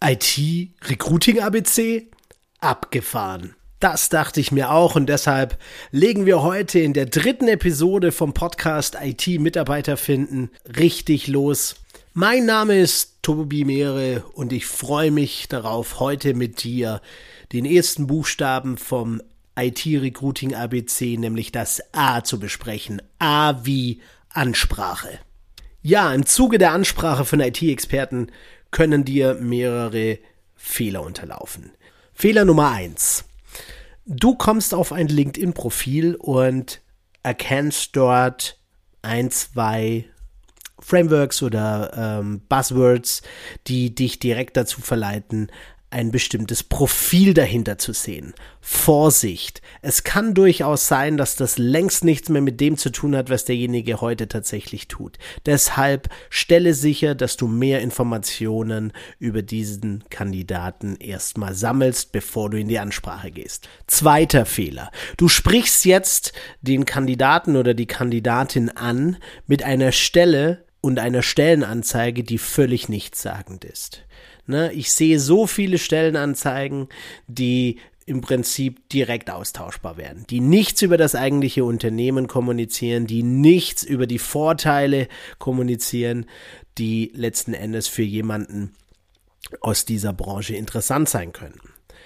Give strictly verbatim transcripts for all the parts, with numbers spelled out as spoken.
I T-Recruiting-A B C? Abgefahren. Das dachte ich mir auch und deshalb legen wir heute in der dritten Episode vom Podcast I T-Mitarbeiter finden richtig los. Mein Name ist Tobi Mehre und ich freue mich darauf, heute mit dir den ersten Buchstaben vom I T-Recruiting-A B C, nämlich das A, zu besprechen. A wie Ansprache. Ja, im Zuge der Ansprache von I T-Experten können dir mehrere Fehler unterlaufen. Fehler Nummer eins. Du kommst auf ein LinkedIn-Profil und erkennst dort ein, zwei Frameworks oder ähm, Buzzwords, die dich direkt dazu verleiten, ein bestimmtes Profil dahinter zu sehen. Vorsicht! Es kann durchaus sein, dass das längst nichts mehr mit dem zu tun hat, was derjenige heute tatsächlich tut. Deshalb stelle sicher, dass du mehr Informationen über diesen Kandidaten erstmal sammelst, bevor du in die Ansprache gehst. Zweiter Fehler. Du sprichst jetzt den Kandidaten oder die Kandidatin an mit einer Stelle und einer Stellenanzeige, die völlig nichtssagend ist. Ne, ich sehe so viele Stellenanzeigen, die im Prinzip direkt austauschbar werden, die nichts über das eigentliche Unternehmen kommunizieren, die nichts über die Vorteile kommunizieren, die letzten Endes für jemanden aus dieser Branche interessant sein können.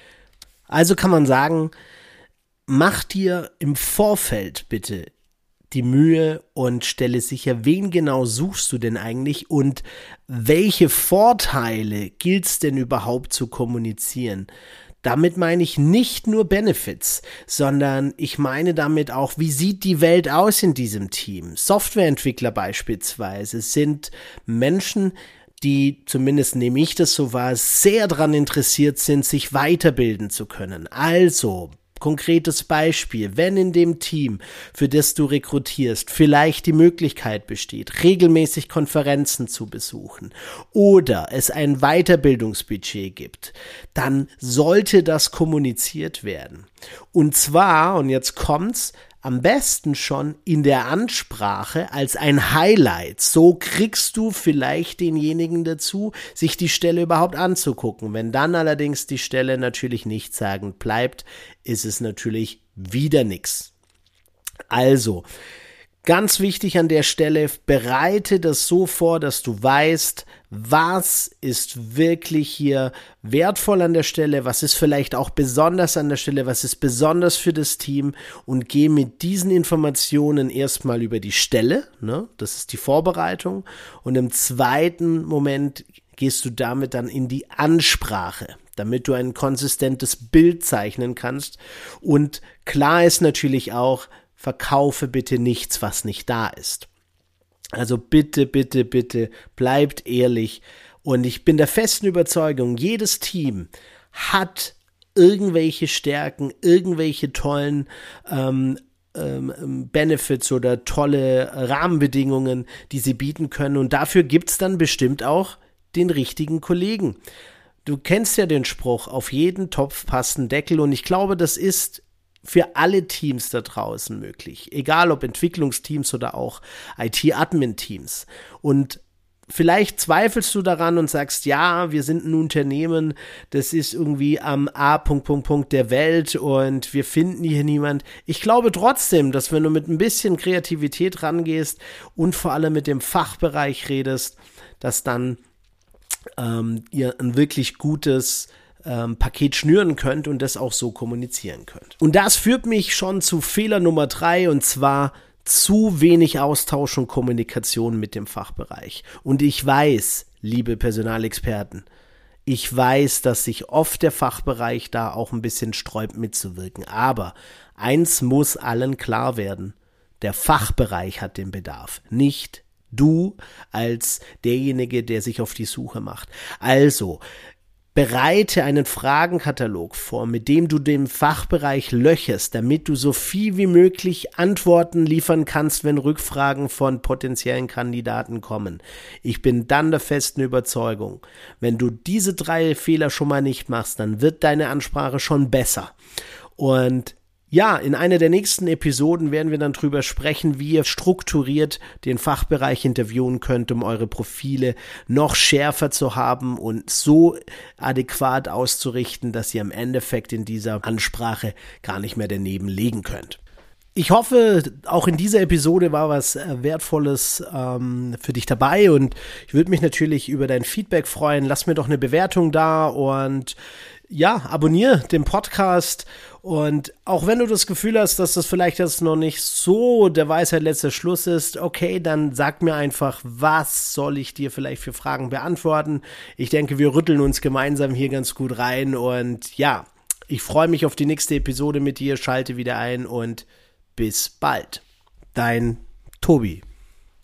Also kann man sagen, mach dir im Vorfeld bitte die Mühe und stelle sicher, wen genau suchst du denn eigentlich und welche Vorteile gilt es denn überhaupt zu kommunizieren? Damit meine ich nicht nur Benefits, sondern ich meine damit auch, wie sieht die Welt aus in diesem Team? Softwareentwickler beispielsweise sind Menschen, die, zumindest nehme ich das so wahr, sehr daran interessiert sind, sich weiterbilden zu können. Also konkretes Beispiel, wenn in dem Team, für das du rekrutierst, vielleicht die Möglichkeit besteht, regelmäßig Konferenzen zu besuchen oder es ein Weiterbildungsbudget gibt, dann sollte das kommuniziert werden. Und zwar, und jetzt kommt's, am besten schon in der Ansprache als ein Highlight. So kriegst du vielleicht denjenigen dazu, sich die Stelle überhaupt anzugucken. Wenn dann allerdings die Stelle natürlich nichtssagend bleibt, ist es natürlich wieder nix. Also, ganz wichtig an der Stelle, bereite das so vor, dass du weißt, was ist wirklich hier wertvoll an der Stelle, was ist vielleicht auch besonders an der Stelle, was ist besonders für das Team und geh mit diesen Informationen erstmal über die Stelle, ne? Das ist die Vorbereitung und im zweiten Moment gehst du damit dann in die Ansprache, damit du ein konsistentes Bild zeichnen kannst und klar ist natürlich auch, verkaufe bitte nichts, was nicht da ist. Also bitte, bitte, bitte, bleibt ehrlich. Und ich bin der festen Überzeugung, jedes Team hat irgendwelche Stärken, irgendwelche tollen ähm, ähm, Benefits oder tolle Rahmenbedingungen, die sie bieten können. Und dafür gibt's dann bestimmt auch den richtigen Kollegen. Du kennst ja den Spruch, auf jeden Topf passt ein Deckel. Und ich glaube, das ist für alle Teams da draußen möglich, egal ob Entwicklungsteams oder auch I T-Admin-Teams. Und vielleicht zweifelst du daran und sagst, ja, wir sind ein Unternehmen, das ist irgendwie am A. Punkt, Punkt, Punkt der Welt und wir finden hier niemand. Ich glaube trotzdem, dass wenn du mit ein bisschen Kreativität rangehst und vor allem mit dem Fachbereich redest, dass dann ähm, ihr ein wirklich gutes Ähm, Paket schnüren könnt und das auch so kommunizieren könnt. Und das führt mich schon zu Fehler Nummer drei und zwar zu wenig Austausch und Kommunikation mit dem Fachbereich. Und ich weiß, liebe Personalexperten, ich weiß, dass sich oft der Fachbereich da auch ein bisschen sträubt mitzuwirken. Aber eins muss allen klar werden, der Fachbereich hat den Bedarf, nicht du als derjenige, der sich auf die Suche macht. Also, bereite einen Fragenkatalog vor, mit dem du den Fachbereich löcherst, damit du so viel wie möglich Antworten liefern kannst, wenn Rückfragen von potenziellen Kandidaten kommen. Ich bin dann der festen Überzeugung, wenn du diese drei Fehler schon mal nicht machst, dann wird deine Ansprache schon besser. Und Ja, in einer der nächsten Episoden werden wir dann drüber sprechen, wie ihr strukturiert den Fachbereich interviewen könnt, um eure Profile noch schärfer zu haben und so adäquat auszurichten, dass ihr im Endeffekt in dieser Ansprache gar nicht mehr daneben liegen könnt. Ich hoffe, auch in dieser Episode war was Wertvolles ähm, für dich dabei und ich würde mich natürlich über dein Feedback freuen. Lass mir doch eine Bewertung da und ja, abonniere den Podcast und auch wenn du das Gefühl hast, dass das vielleicht jetzt noch nicht so der Weisheit letzter Schluss ist, okay, dann sag mir einfach, was soll ich dir vielleicht für Fragen beantworten. Ich denke, wir rütteln uns gemeinsam hier ganz gut rein und ja, ich freue mich auf die nächste Episode mit dir, schalte wieder ein und bis bald. Dein Tobi.